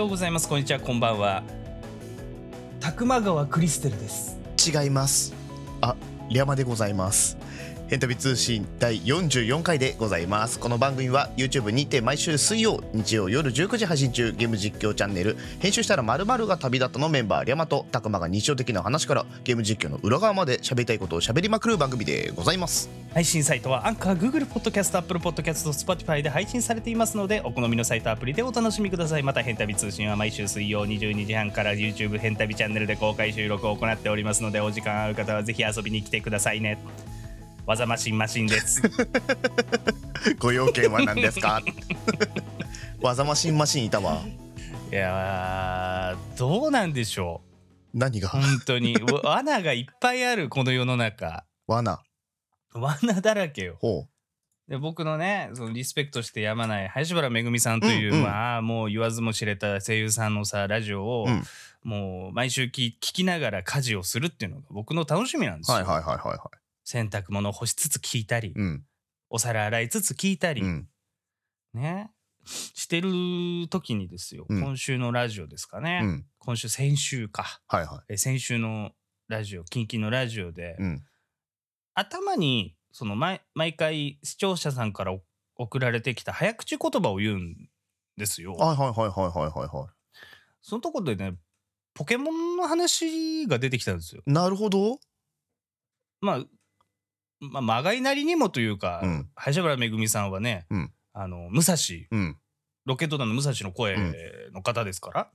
ようございます。こんにちは、こんばんは。 高川クリステルです。 違います。リャマでございます。ヘンタビ通信第44回でございます。この番組は YouTube にて毎週水曜日曜夜19時配信中、ゲーム実況チャンネル編集したら〇〇が旅立ったのメンバーリャマとタクマが日常的な話からゲーム実況の裏側まで喋りたいことを喋りまくる番組でございます。 配信サイトはアンカー、Google ポッドキャスト、Apple ポッドキャスト、Spotify で配信されていますので、お好みのサイトアプリでお楽しみください。またヘンタビ通信は毎週水曜22時半から YouTube ヘンタビチャンネルで公開収録を行っておりますので、お時間合う方はぜひ遊びに来てくださいね。わざマシンマシンですご用件は何ですか？わざマシンマシンいたわ。 いやー、どうなんでしょう。 何が？ 本当に罠がいっぱいあるこの世の中。 罠だらけよ。 ほで、僕のね、そのリスペクトしてやまない林原めぐみさんという、まあもう言わずも知れた声優さんのさラジオを、もう毎週聞きながら家事をするっていうのが僕の楽しみなんですよ。洗濯物を干しつつ聞いたり、お皿洗いつつ聞いたり、ねしてる時にですよ、今週のラジオですかね、先週か、先週のラジオ、キンキンのラジオで、頭にその毎回視聴者さんから送られてきた早口言葉を言うんですよ。そのところでね、ポケモンの話が出てきたんですよ。 なるほど。 まがいなりにもというか、林原めぐみさんはね、武蔵、ロケット団の武蔵の声の方ですから、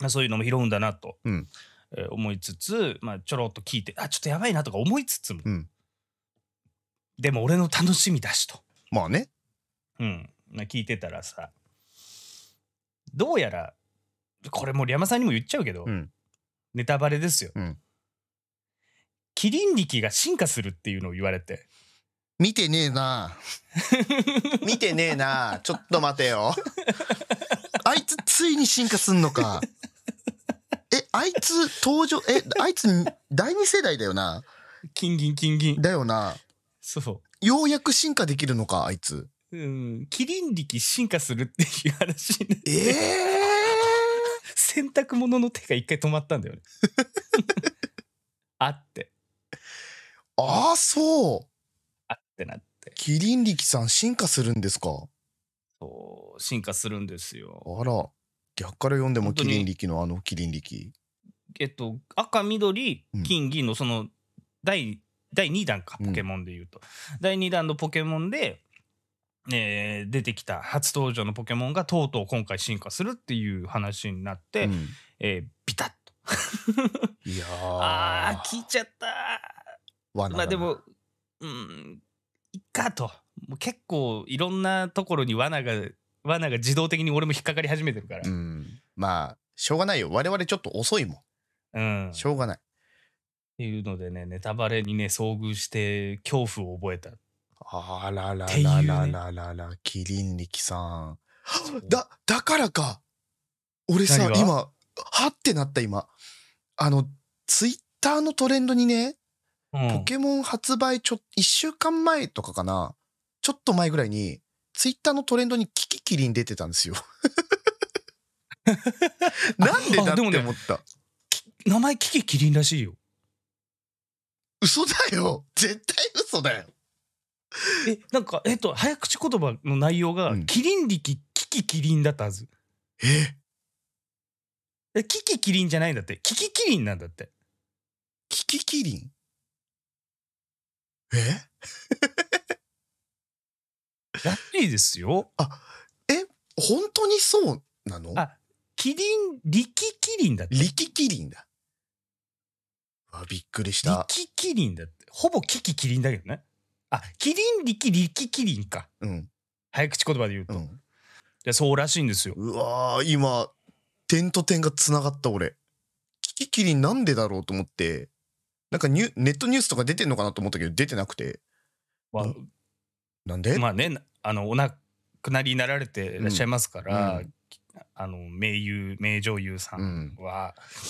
そういうのも拾うんだなと、思いつつ、ちょろっと聞いて、ちょっとやばいなとか思いつつも、でも俺の楽しみだしと。 まあね。 聞いてたらさ、どうやら、これもうリャマさんにも言っちゃうけど、ネタバレですよ。キリン力が進化するっていうのを言われて。 見てねえな見てねえな、ちょっと待てよ。あいつついに進化すんのか。あいつ登場、あいつ第2世代だよな。 金銀だよな。 そう。 ようやく進化できるのか、あいつ。 キリン力進化するっていう話ね。洗濯物の手が一回止まったんだよね。あって。 そう。 あってなって。 キリン力さん進化するんですか？ そう、進化するんですよ。 あら、逆から読んでもキリン力のキリン力。 赤、緑、金、銀のその第2弾か、ポケモンでいうと。第2弾のポケモンで、出てきた初登場のポケモンがとうとう今回進化するっていう話になって、ビタッと。 いや聞いちゃった。でも、いっかと。もう結構いろんなところに罠が自動的に俺も引っかかり始めてるから。 まあしょうがないよ。我々ちょっと遅いもん。しょうがない。 っていうのでね、ネタバレにね遭遇して恐怖を覚えた。 あららららららら、キリン力さん。だからか。俺さ、今はってなった。今ツイッターのトレンドにね、ポケモン発売1週間前とかかな、ちょっと前ぐらいにツイッターのトレンドにキキキリン出てたんですよ。なんでだって思った。 名前キキキリンらしいよ。 嘘だよ。絶対嘘だよ。 なんか早口言葉の内容がキリン力キキキリンだったはず。キキキリンじゃないんだって。キキキリンなんだって。 キキキリン？ らしいですよ。 本当にそうなの？ キリン、力キリンだって。 力キリンだ。びっくりした。 力キリンだって。ほぼキキキリンだけどね。キリン力キリンか。早口言葉で言うと。そうらしいんですよ。 うわー、今点と点がつながった。俺キキキリンなんでだろうと思って、なんかネットニュースとか出てんのかなと思ったけど出てなくて、なんで？ まあね、お亡くなりになられていらっしゃいますから、名女優さんは、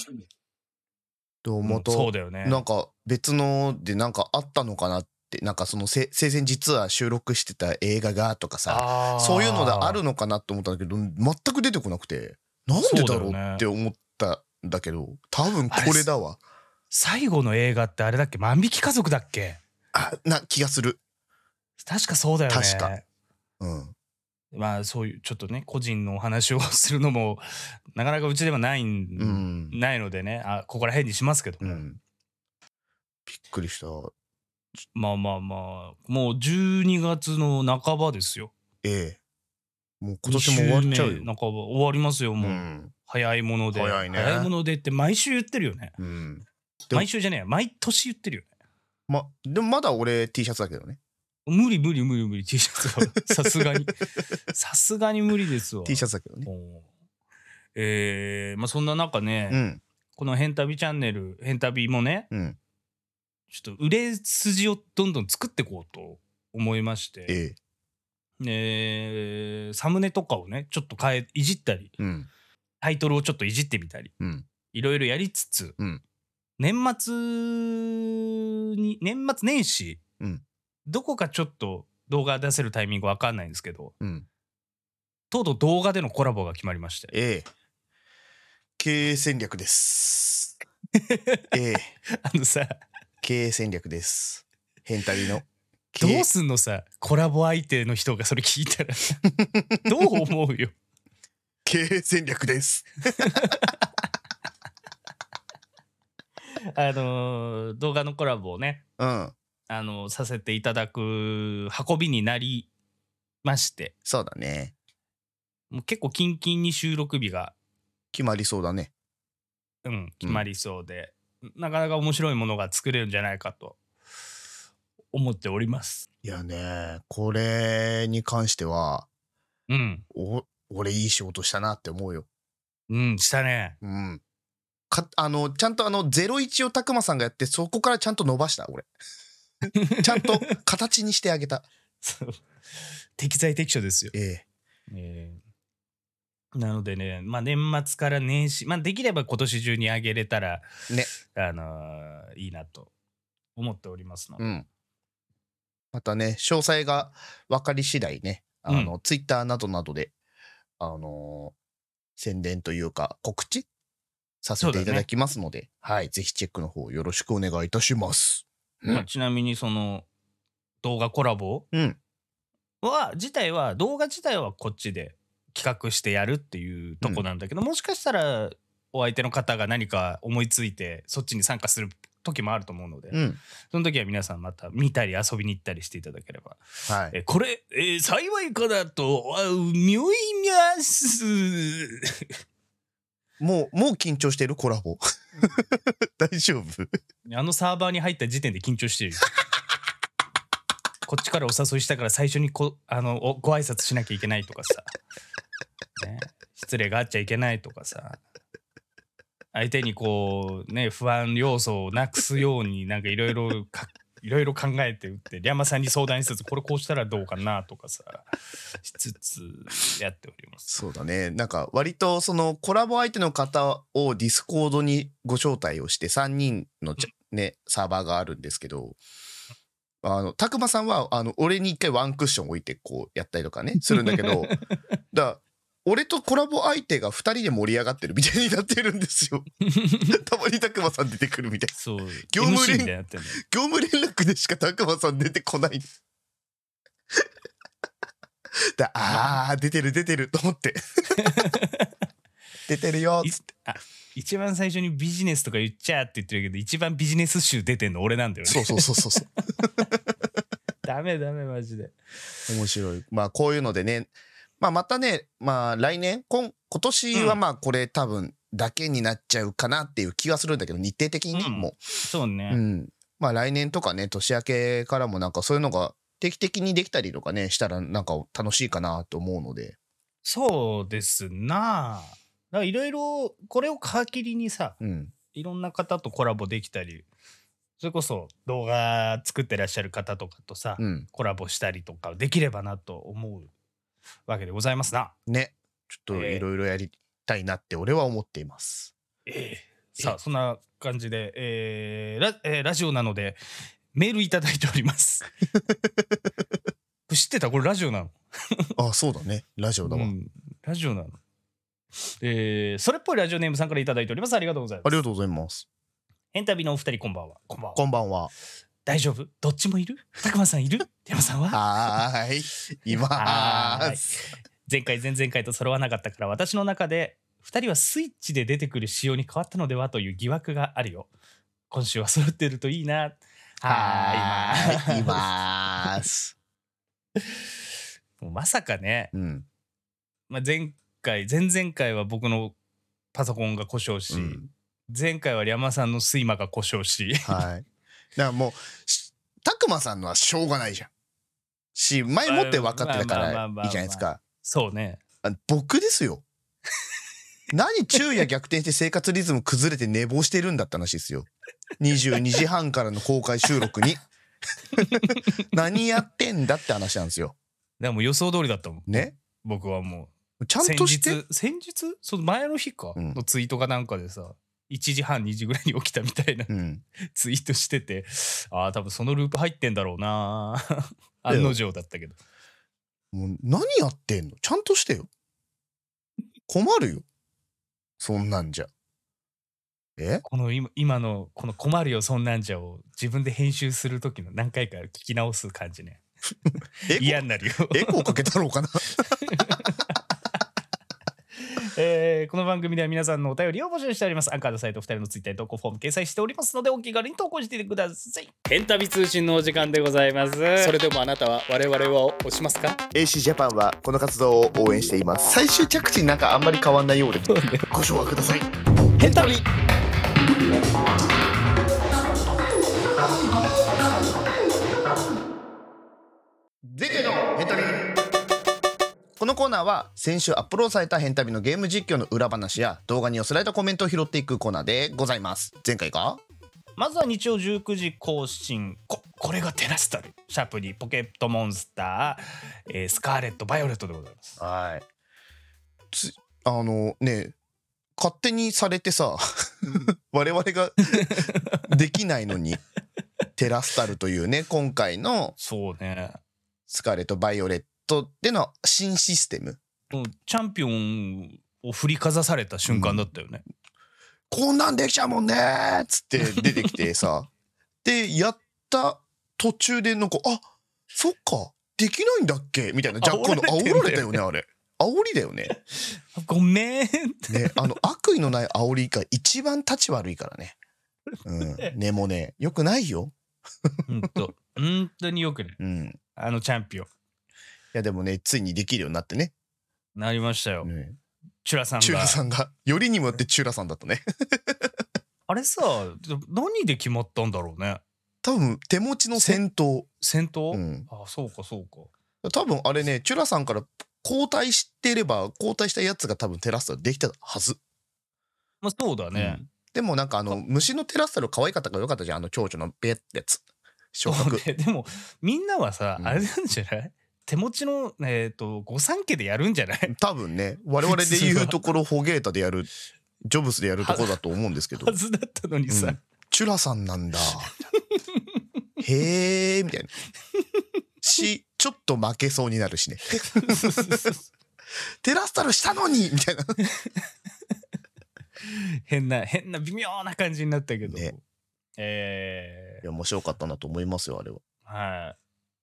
そうだよね。 なんか別のでなんかあったのかなって、なんかその生前実は収録してた映画がとかさ、そういうのであるのかなと思ったんだけど、全く出てこなくて。 なんでだろうそうだよねって思ったんだけど、多分これだわ。 最後の映画ってあれだっけ、万引き家族だっけ。 な気がする。 確かそうだよね。 確か。うん。 まあそういうちょっとね個人のお話をするのもなかなかうちではないのでね、ここら辺にしますけども、 びっくりした。 まあもう12月の半ばですよ。 もう今年も終わっちゃうよ。 半ば終わりますよもう、早いもので。 早いね。 早いものでって毎週言ってるよね。毎週じゃねえや、毎年言ってるよね。 でもまだ俺 T シャツだけどね。 無理 T シャツはさすがに無理ですわ。 T シャツだけどね。 そんな中ね、このヘンタビチャンネルヘンタビもね、ちょっと売れ筋をどんどん作っていこうと思いまして、サムネとかをねちょっといじったり、タイトルをちょっといじってみたり、いろいろやりつつ、年末年始、どこかちょっと動画出せるタイミングわかんないんですけど、とうとう動画でのコラボが決まりまして、 経営戦略です。経営戦略です。ヘンタビの。 どうすんのさ、コラボ相手の人がそれ聞いたらどう思うよ。 経営戦略です。 動画のコラボをね、させていただく運びになりまして。 そうだね。 もう結構キンキンに収録日が決まりそうだね。 決まりそうで、なかなか面白いものが作れるんじゃないかと思っております。 いやね、これに関しては、俺いい仕事したなって思うよ。 したね。 ちゃんと01をたくまさんがやって、そこからちゃんと伸ばした俺。ちゃんと形にしてあげた。 適材適所ですよ。なのでね、年末から年始、できれば今年中にあげれたらね、いいなと思っておりますので、 またね詳細が分かり次第ね、ツイッターなどなどで宣伝というか告知させていただきますので、ぜひチェックの方よろしくお願いいたします。 ちなみにその動画コラボ動画自体はこっちで企画してやるっていうとこなんだけど、もしかしたらお相手の方が何か思いついてそっちに参加する時もあると思うので、その時は皆さんまた見たり遊びに行ったりしていただければ、これ、幸いかだと思います。 もう緊張してるコラボ大丈夫？ サーバーに入った時点で緊張してるよ。こっちからお誘いしたから最初にご挨拶しなきゃいけないとかさ、失礼があっちゃいけないとかさ、相手に不安要素をなくすようになんかいろいろ考えて打って、リャマさんに相談しつつこれこうしたらどうかなとかさしつつやっております。 そうだね。なんか割とそのコラボ相手の方をディスコードにご招待をして3人のサーバーがあるんですけど、たくまさんは俺に一回ワンクッション置いてこうやったりとかねするんだけどだ俺とコラボ相手が2人で盛り上がってるみたいになってるんですよ。たまにたくまさん出てくるみたいな。 そう、 業務連絡でしかたくまさん出てこない。出てると思って出てるよっつって。 一番最初にビジネスとか言っちゃって言ってるけど、一番ビジネス集出てんの俺なんだよね。 そうダメマジで面白い。こういうのでね、またね、来年今年はこれ多分だけになっちゃうかなっていう気はするんだけど、日程的にもそうね、 来年とかね年明けからもなんかそういうのが定期的にできたりとかねしたらなんか楽しいかなと思うので。 そうですな。だからいろいろこれを皮切りにさ、いろんな方とコラボできたり、それこそ動画作ってらっしゃる方とかとさ、コラボしたりとかできればなと思うわけでございますな。 ね、ちょっといろいろやりたいなって俺は思っています。 さあそんな感じで、ラジオなのでメールいただいております。知ってた？これラジオなの。 そうだね、ラジオだわ。 ラジオなの。 それっぽいラジオネームさんからいただいております。ありがとうございます。 ありがとうございます。 ヘンタビのお二人こんばんは。 こんばんは。 大丈夫？どっちもいる？たくまさんいる？山さんは？ はーい。いまーす。 前回前々回と揃わなかったから私の中で2人はスイッチで出てくる仕様に変わったのではという疑惑があるよ。今週は揃ってるといいな。 いまーす。 もうまさかね、前々回は僕のパソコンが故障し、前回はリャマさんの睡魔が故障し、 はい。だからもうたくまさんのはしょうがないじゃんし、前もって分かってたからいいじゃないですか。 そうね。 僕ですよ。何昼夜逆転して生活リズム崩れて寝坊してるんだって話ですよ。22時半からの公開収録に何やってんだって話なんですよ。 でも予想通りだったもんね。 僕はもうちゃんとして先日その前の日かのツイートかなんかでさ、1時半2時ぐらいに起きたみたいな、ツイートしてて、多分そのループ入ってんだろうな案の定だったけど、 もう何やってんの、ちゃんとしてよ。困るよそんなんじゃ。 この今のこの困るよそんなんじゃを自分で編集する時の何回か聞き直す感じね。嫌になるよ。 エコーかけたろうかな。 この番組では皆さんのお便りを募集しております。アンカーのサイト2人のツイッターに投稿フォーム掲載しておりますのでお気軽に投稿してください。ヘンタビ通信のお時間でございます。それでもあなたは我々を推しますか？ AC ジャパンはこの活動を応援しています。最終着地なんかあんまり変わんないようでご紹介ください。 ヘンタビ。 前回のヘンタビ。このコーナーは先週アップロードされたヘンタビのゲーム実況の裏話や動画に寄せられたコメントを拾っていくコーナーでございます。前回かまずは日曜19時更新、これがテラスタルシャープにポケットモンスター、スカーレットバイオレットでございます。 はい。ね、勝手にされてさ我々ができないのにテラスタルというね今回のそうねスカーレットバイオレットでの新システム、 チャンピオンを振りかざされた瞬間だったよね、 こんなんできちゃうもんねーっつって出てきてさでやった途中でなんかそっかできないんだっけみたいな若干の煽られたよね。あれ煽りだよね。 ごめんね、悪意のない煽りが一番立ち悪いからね。ねもねよくないよ。 本当によくない、チャンピオン。 いやでもねついにできるようになってね。 なりましたよ、チュラさんがよりにもよってチュラさんだったね。 あれさ何で決まったんだろうね。 多分手持ちの戦闘、 そうか多分あれねチュラさんから交代してれば交代したやつが多分テラスタルできたはず。 まあそうだね、 でもなんか虫のテラスタル可愛かったからよかったじゃん。蝶々のベッってやつ触覚でもみんなはさ、あれなんじゃない？手持ちの御三家でやるんじゃない？ 多分ね我々で言うところホゲータでやるジョブスでやるところだと思うんですけどはずだったのにさ、 チュラさんなんだへーみたいなちょっと負けそうになるしねテラスタルしたのにみたいな変な微妙な感じになったけど、 ね、いや面白かったなと思いますよあれは。 はい。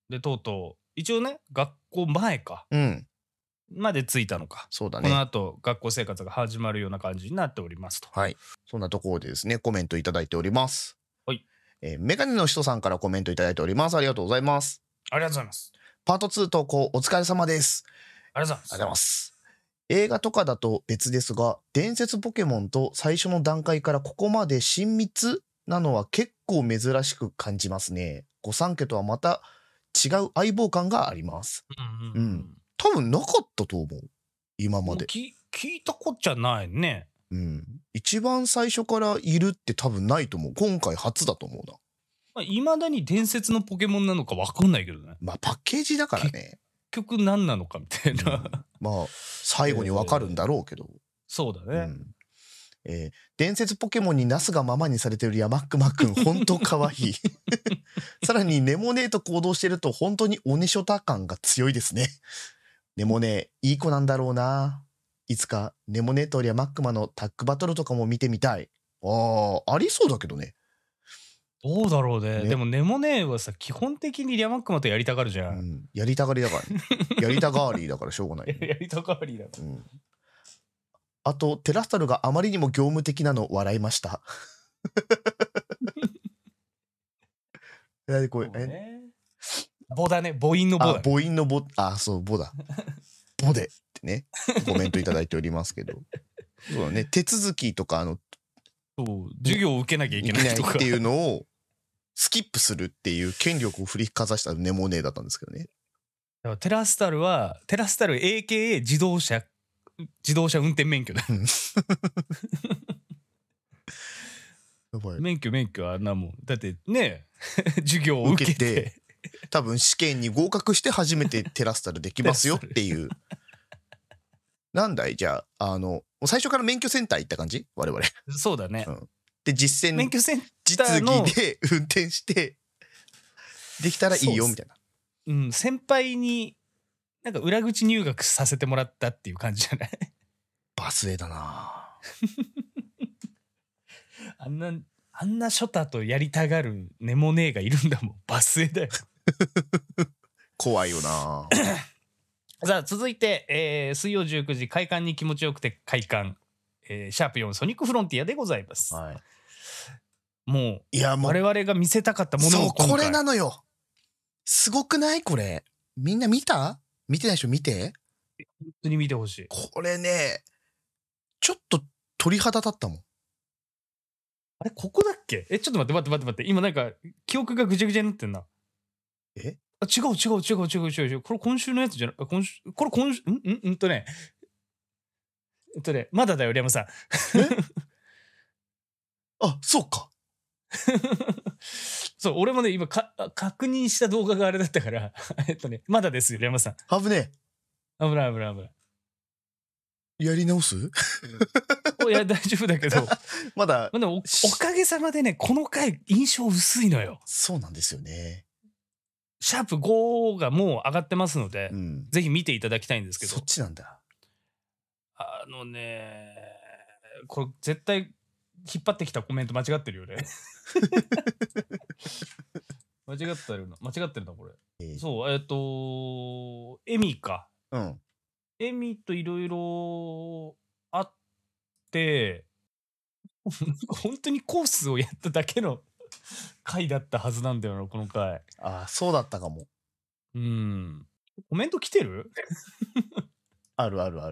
でとうとう一応ね学校前か、まで着いたのか。 そうだね。 この後学校生活が始まるような感じになっておりますと。 はい。そんなところでですねコメントいただいております。 はい。 メガネの人さんからコメントいただいております。ありがとうございます。 ありがとうございます。 パート2投稿お疲れ様です。 ありがとうございます。 映画とかだと別ですが伝説ポケモンと最初の段階からここまで親密なのは結構珍しく感じますね。御三家とはまた違う相棒感があります。多分なかったと思う今まで。 聞いたこっちゃないね。 一番最初からいるって多分ないと思う。今回初だと思うな。 未だに伝説のポケモンなのか分かんないけどね。 まあパッケージだからね。 結局何なのかみたいな、 まあ最後に分かるんだろうけど、 そうだね、 伝説ポケモンになすがままにされてるヤマックマくん本当かわいいさらにネモネーと行動してると本当にオネショタ感が強いですね。ネモネいい子なんだろうな。 いつかネモネートリやマックマのタッグバトルとかも見てみたい。ありそうだけどね。 どうだろうね。 ねでもネモネーはさ、基本的にリャマックマとやりたがるじゃ。 うんん。やりたがりだからね。やりたがりだからしょうがないよね。 やりたがりだ。 うん。あと、テラスタルがあまりにも業務的なの笑いました。これ、 ボだね。母音のボだね。 母音のボ、そう、ボだ。ボでってね、コメントいただいておりますけど。そうだね、手続きとか、 そう授業を受けなきゃいけないとか。 っていうのを、スキップするっていう権力を振りかざしたネモネーだったんですけどね。 だからテラスタル AKA 自動車運転免許だ。 やばい。 免許あんなもん。だってね、授業を受けて。 多分試験に合格して初めてテラスタルできますよっていう。なんだいじゃあ、最初から免許センター行った感じ我々。 そうだね。 で、実践、 免許センタ実ーの技で運転して、できたらいいよみたいな。 うん、先輩になんか裏口入学させてもらったっていう感じじゃない？ バスエだなあんなショタとやりたがるネモネーがいるんだもん。バスエだよ。 怖いよなさあ続いて、水曜19時快感に気持ちよくて快感、シャープ4ソニックフロンティアでございます。 はい。 もういや、もう我々が見せたかったものをそう、これなのよ。すごくないこれ。みんな見た？見てない人見て。 本当に見てほしい。 これね、ちょっと鳥肌立ったもん。 あれここだっけ？ちょっと待って今なんか記憶がぐちゃぐちゃになってんな。 え？ 違う。これ今週のやつじゃない？これ今週まだだよリャムさん。 そうか。 そう俺もね今確認した動画があれだったからまだですよリャムさん。 危ね危ない。 やり直す？ いや大丈夫だけどまだ。 でも おかげさまでねこの回印象薄いのよ。 そうなんですよね。 シャープ5がもう上がってますので、 うん。 ぜひ見ていただきたいんですけど。 そっちなんだ。 これ絶対引っ張ってきたコメント間違ってるよね。間違ってるなこれ。そうエミか。 うん。 エミといろいろあって本当にコースをやっただけの回だったはずなんだよなこの回。 そうだったかも。 コメント来てる？ ある。 ある。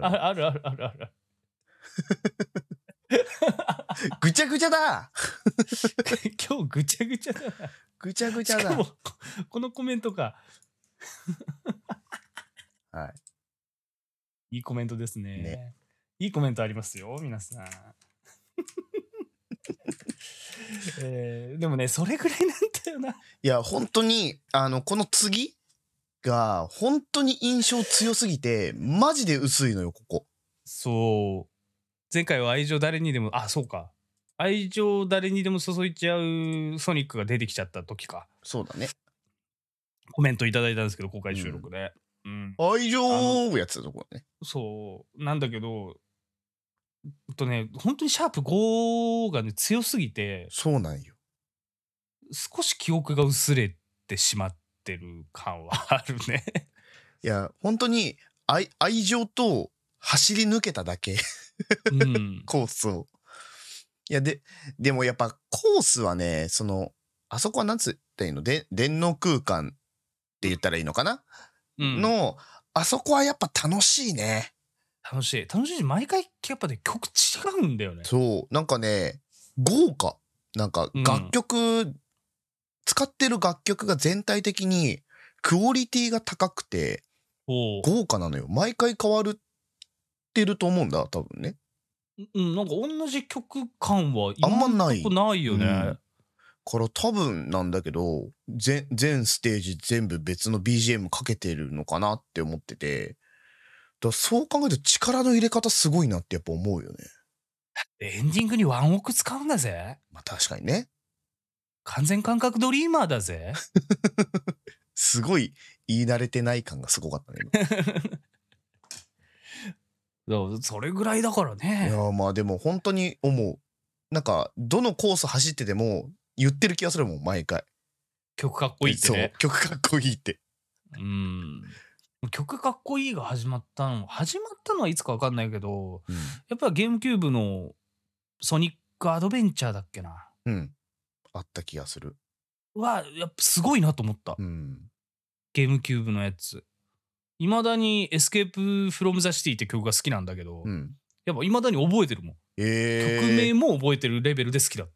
ぐちゃぐちゃだ。 今日ぐちゃぐちゃだな。 ぐちゃぐちゃだ。 しかもこのコメントか。 はい。 いいコメントですね。 ね。 いいコメントありますよ皆さん。でもねそれぐらいなんだよな。 いや本当にこの次が本当に印象強すぎてマジで薄いのよここ。 そう前回は愛情誰にでもそうか愛情誰にでも注いちゃうソニックが出てきちゃった時か。 そうだね。 コメントいただいたんですけど公開収録で、 愛情やつだとこね。 そうなんだけど本当にシャープ5がね強すぎてそうなんよ。 少し記憶が薄れてしまってる感はあるね。 いや本当に愛情と走り抜けただけコースを。いやでもやっぱコースはねあそこはなんつったらいいの電脳空間って言ったらいいのかな、のあそこはやっぱ楽しいね。 楽しいし毎回やっぱね曲違うんだよね。 そうなんかね豪華なんか楽曲、使ってる楽曲が全体的にクオリティが高くて豪華なのよ。毎回変わってると思うんだ多分ね。 なんか同じ曲感はあんまないよね。 から多分なんだけど全ステージ全部別の BGM かけてるのかなって思ってて、そう考えると力の入れ方すごいなってやっぱ思うよね。 エンディングにワンオク使うんだぜ。 まあ確かにね。 完全感覚ドリーマーだぜ。 すごい言い慣れてない感がすごかったね。 それぐらいだからいね。 やまあでも本当に思う。なんかどのコース走ってても言ってる気がするもん毎回。 曲かっこいいってそうね。 曲かっこいいって。 曲かっこいいが始まったのはいつか分かんないけど、 うん、 やっぱゲームキューブのソニックアドベンチャーだっけなあった気がする。 やっぱすごいなと思った、ゲームキューブのやつ。いまだにエスケープフロムザシティって曲が好きなんだけど、やっぱいまだに覚えてるもん、曲名も覚えてるレベルで好きだった。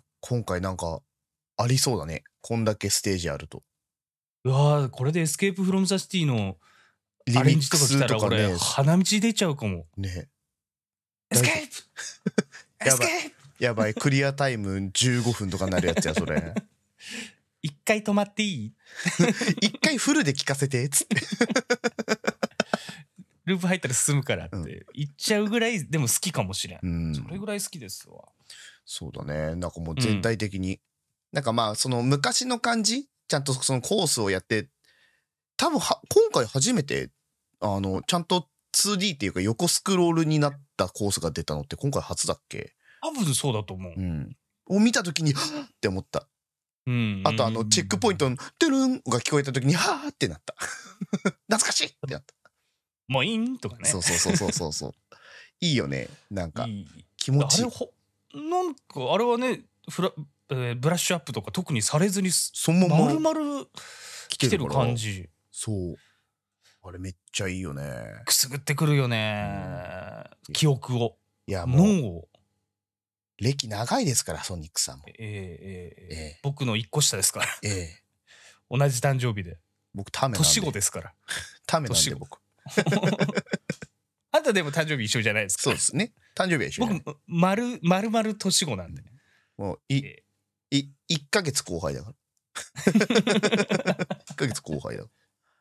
今回なんかありそうだね、こんだけステージあると。 これでエスケープフロムザシティのアレンジとか来たら俺鼻道出ちゃうかもね。エスケープエスケープやばい、クリアタイム15分とかなるやつやそれ。 一回止まっていい一回フルで聞かせてっつってループ入ったら進むからって言っちゃうぐらいでも好きかもしれん、それぐらい好きですわ。 そうだね、なんかもう全体的に、なんかまあその昔の感じちゃんとそのコースをやって、多分今回初めてちゃんと 2D っていうか横スクロールになったコースが出たのって今回初だっけ？ 多分そうだと思う。 を見た時にはぁって思った。あとチェックポイントのトゥルンが聞こえた時にはぁってなった。懐かしいってなった。 もういいんとかね。 そういいよね、なんか気持ちいい。 なんかあれはねブラッシュアップとか特にされずにそのまま丸々来てる感じ。 そうあれめっちゃいいよね。 くすぐってくるよね、記憶を。 いやもう脳を。 歴長いですからソニックさんも。 僕の1個下ですから。同じ誕生日で。 僕タメなんで。 年子ですから。 タメなんで僕。 あんたでも誕生日一緒じゃないですか。 そうですね。誕生日は一緒。 僕丸々年子なんで。もう 1ヶ月後輩だから。1ヶ月後輩だ。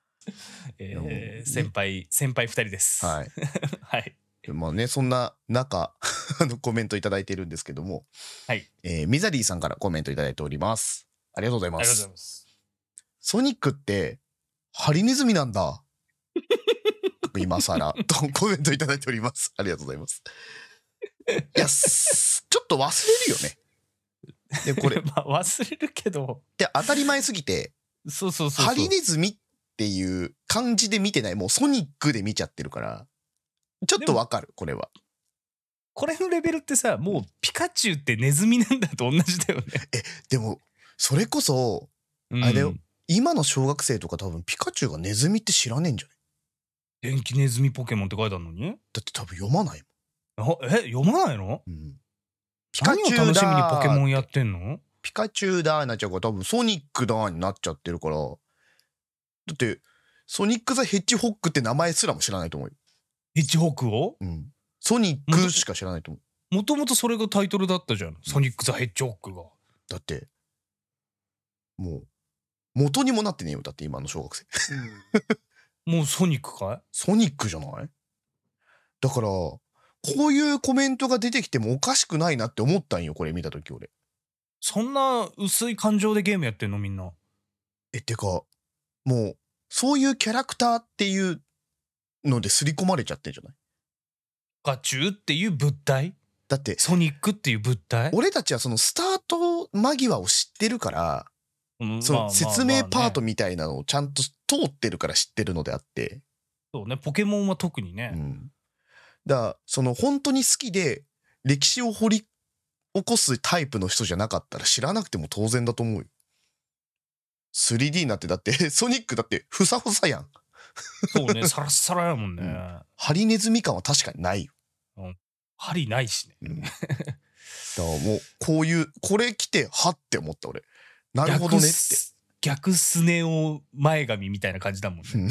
先輩2人です。 はい。 はい。 まあね、そんな中コメントいただいてるんですけども、 はい。 ミザリーさんからコメントいただいております。ありがとうございます。ありがとうございます。ソニックってハリネズミなんだ。今更とコメントいただいております。ありがとうございます。いやちょっと忘れるよね。でこれまあ忘れるけど。 で当たり前すぎて、 そうハリネズミっていう感じで見てない、もうソニックで見ちゃってるから。ちょっとわかるこれは。 これのレベルってさ、もうピカチュウってネズミなんだと同じだよね。 でもそれこそあれだよ、今の小学生とか多分ピカチュウがネズミって知らねえんじゃない？ 電気ネズミポケモンって書いてあるのに？ だって多分読まないもん。読まないの？ピカチュウだ。何を楽しみにポケモンやってんの？ ピカチュウだーなっちゃうから多分ソニックだーになっちゃってるから、だってソニック・ザ・ヘッジホッグって名前すらも知らないと思うよ。 ヘッジホッグを？ ソニックしか知らないと思う。もともとそれがタイトルだったじゃん。ソニック・ザ・ヘッジホッグが。 だってもう元にもなってねえよ。だって今の小学生。 もうソニックかい？ ソニックじゃない？だからこういうコメントが出てきてもおかしくないなって思ったんよ、これ見た時俺。 そんな薄い感情でゲームやってんのみんな？ てかもうそういうキャラクターっていうので刷り込まれちゃってんじゃない？ ピカチュウっていう物体？ だってソニックっていう物体？ 俺たちはそのスタート間際を知ってるから、その説明パートみたいなのをちゃんと通ってるから知ってるのであって。 そうね、ポケモンは特にね。 だからその本当に好きで歴史を掘り起こすタイプの人じゃなかったら知らなくても当然だと思うよ。3D になってだってソニックだってふさふさやん。 そうね、サラッサラやもんね。 ハリネズミ感は確かにないよ。 針ないしね。 だからもうこういうこれ来てはって思った俺。なるほどねって。 逆スネ夫前髪みたいな感じだもんね。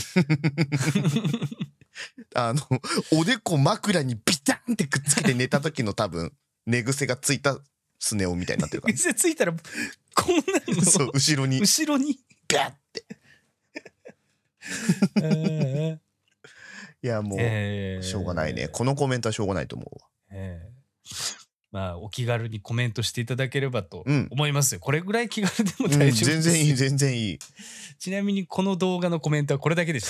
おでこ枕にビタンってくっつけて寝た時の多分寝癖がついたスネ夫みたいになってるから。 寝癖ついたらこうなるの？ そう後ろにビャッて。いやもうしょうがないね。このコメントはしょうがないと思うわ。 まあお気軽にコメントしていただければとうん思いますよ。これぐらい気軽でもうん、 大丈夫です。 全然いい全然いい。 ちなみにこの動画のコメントはこれだけでした。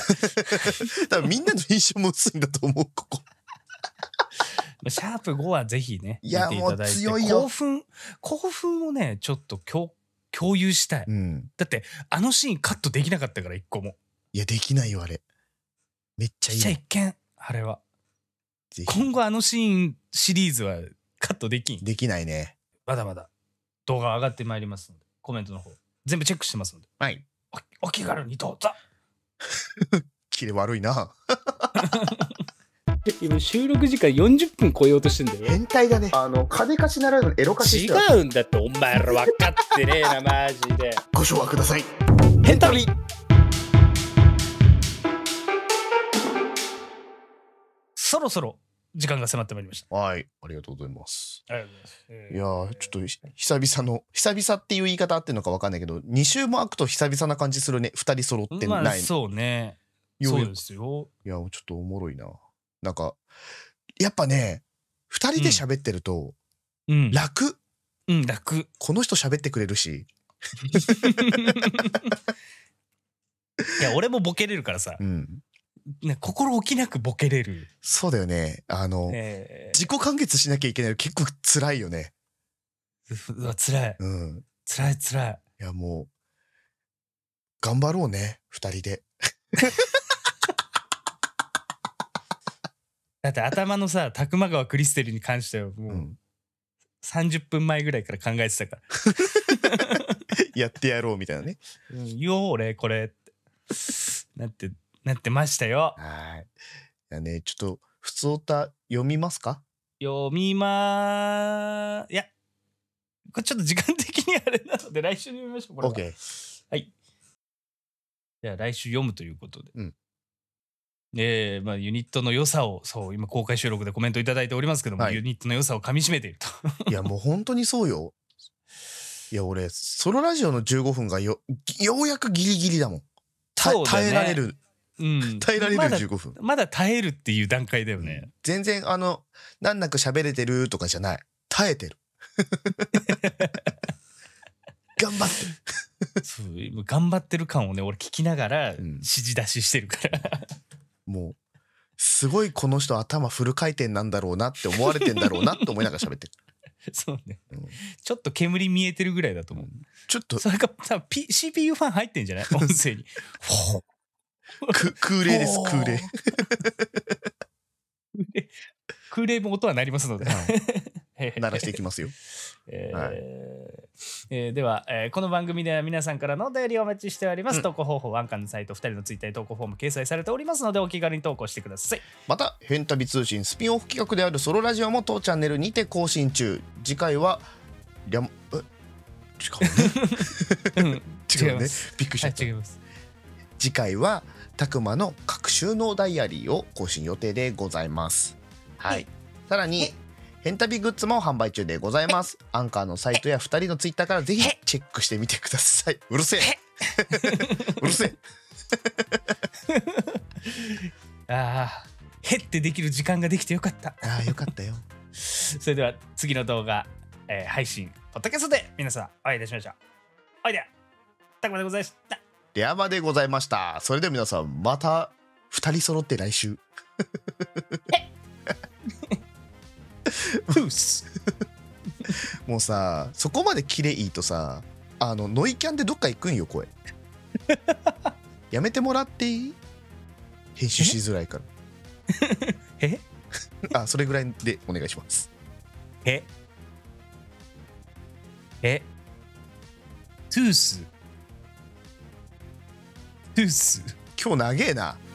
多分みんなの印象も薄いんだと思うここ。 シャープ5はぜひね、 いや見ていただいて、 もう強いよ興奮をね、ちょっと共有したい。 うん。 だってあのシーンカットできなかったから一個も。 いやできないよあれ。めっちゃいいしちゃの。 いけんあれは。 ぜひ今後あのシーンシリーズはカットできん。 できないね。 まだまだ動画上がってまいりますので、コメントの方全部チェックしてますので、 はい。 お気軽にどうぞ。 キレ悪いな。 今収録時間40分超えようとしてんだよ。 変態だね。金貸しならぬエロ貸ししてはうんだってお前ら分かってねえなマジで。 ご唱和ください。 ヘンタリそろそろ時間が迫ってまいりました。 はい。ありがとうございます。 ありがとうございます。 いやーちょっと久々っていう言い方合ってるのか分かんないけど、2週も空くと久々な感じするね。2人揃ってない。 まあそうね。そうようやくですよ。 いやちょっとおもろいな。なんかやっぱね2人で喋ってるとうん。 楽。 楽。 この人喋ってくれるし。 いや俺もボケれるからさ、 うん。 ね、心置きなくボケれる。 そうだよね。自己完結しなきゃいけないの結構辛いよね。 うわ辛いうん。 辛い。 いやもう頑張ろうね2人で。 だって頭のさ拓磨川クリステルに関してはもう。 うん30分前ぐらいから考えてたからやってやろうみたいなね。 言おう俺これってなってましたよ。 はい。いやねちょっと普通歌読みますか。 読みいやこれちょっと時間的にあれなので来週に読みましょうこれは。 OK。 はい。じゃあ来週読むということで、 うんまあユニットの良さをそう今公開収録でコメントいただいておりますけども、 はいユニットの良さをかみしめているといやもう本当にそうよ。いや俺ソロラジオの15分がようやくギリギリだもん。 そうだね耐えられる耐えられるまだ 15分。 まだ耐えるっていう段階だよね。 全然難なく喋れてるとかじゃない。耐えてる。頑張ってる。 そう今頑張ってる感をね俺聞きながらん指示出ししてるから、 もうすごいこの人頭フル回転なんだろうなって思われてんだろうなって思いながら喋ってる。 そうね、 うんちょっと煙見えてるぐらいだと思う。 ちょっとそれか多分、CPU ファン入ってんじゃない音声に空冷です空冷。 空冷も音は鳴りますので、 鳴らしていきますよ。 では、この番組では皆さんからのお便りをお待ちしております、投稿方法はアンカーのサイト2人のツイッターに投稿フォーム掲載されておりますのでお気軽に投稿してください。 また変旅通信スピンオフ企画であるソロラジオも当チャンネルにて更新中。次回は違うね違うねびっくりしちゃった。 違います。 次回はたくまの各収納ダイアリーを更新予定でございます。はい。さらに変旅グッズも販売中でございます。アンカーのサイトや2人のツイッターからぜひチェックしてみてください。うるせえうるせえ。 ああへってできる時間ができてよかった。 ああよかったよ。 それでは次の動画、配信ポッドキャストで皆さんお会いいたしましょう。おいでたくまでございました。 ではまでございました。それでは皆さんまた2人揃って来週。もうさそこまでキレいいとさノイキャンでどっか行くんよ声。やめてもらっていい？編集しづらいからえあそれぐらいでお願いします。 トゥース今日長えな。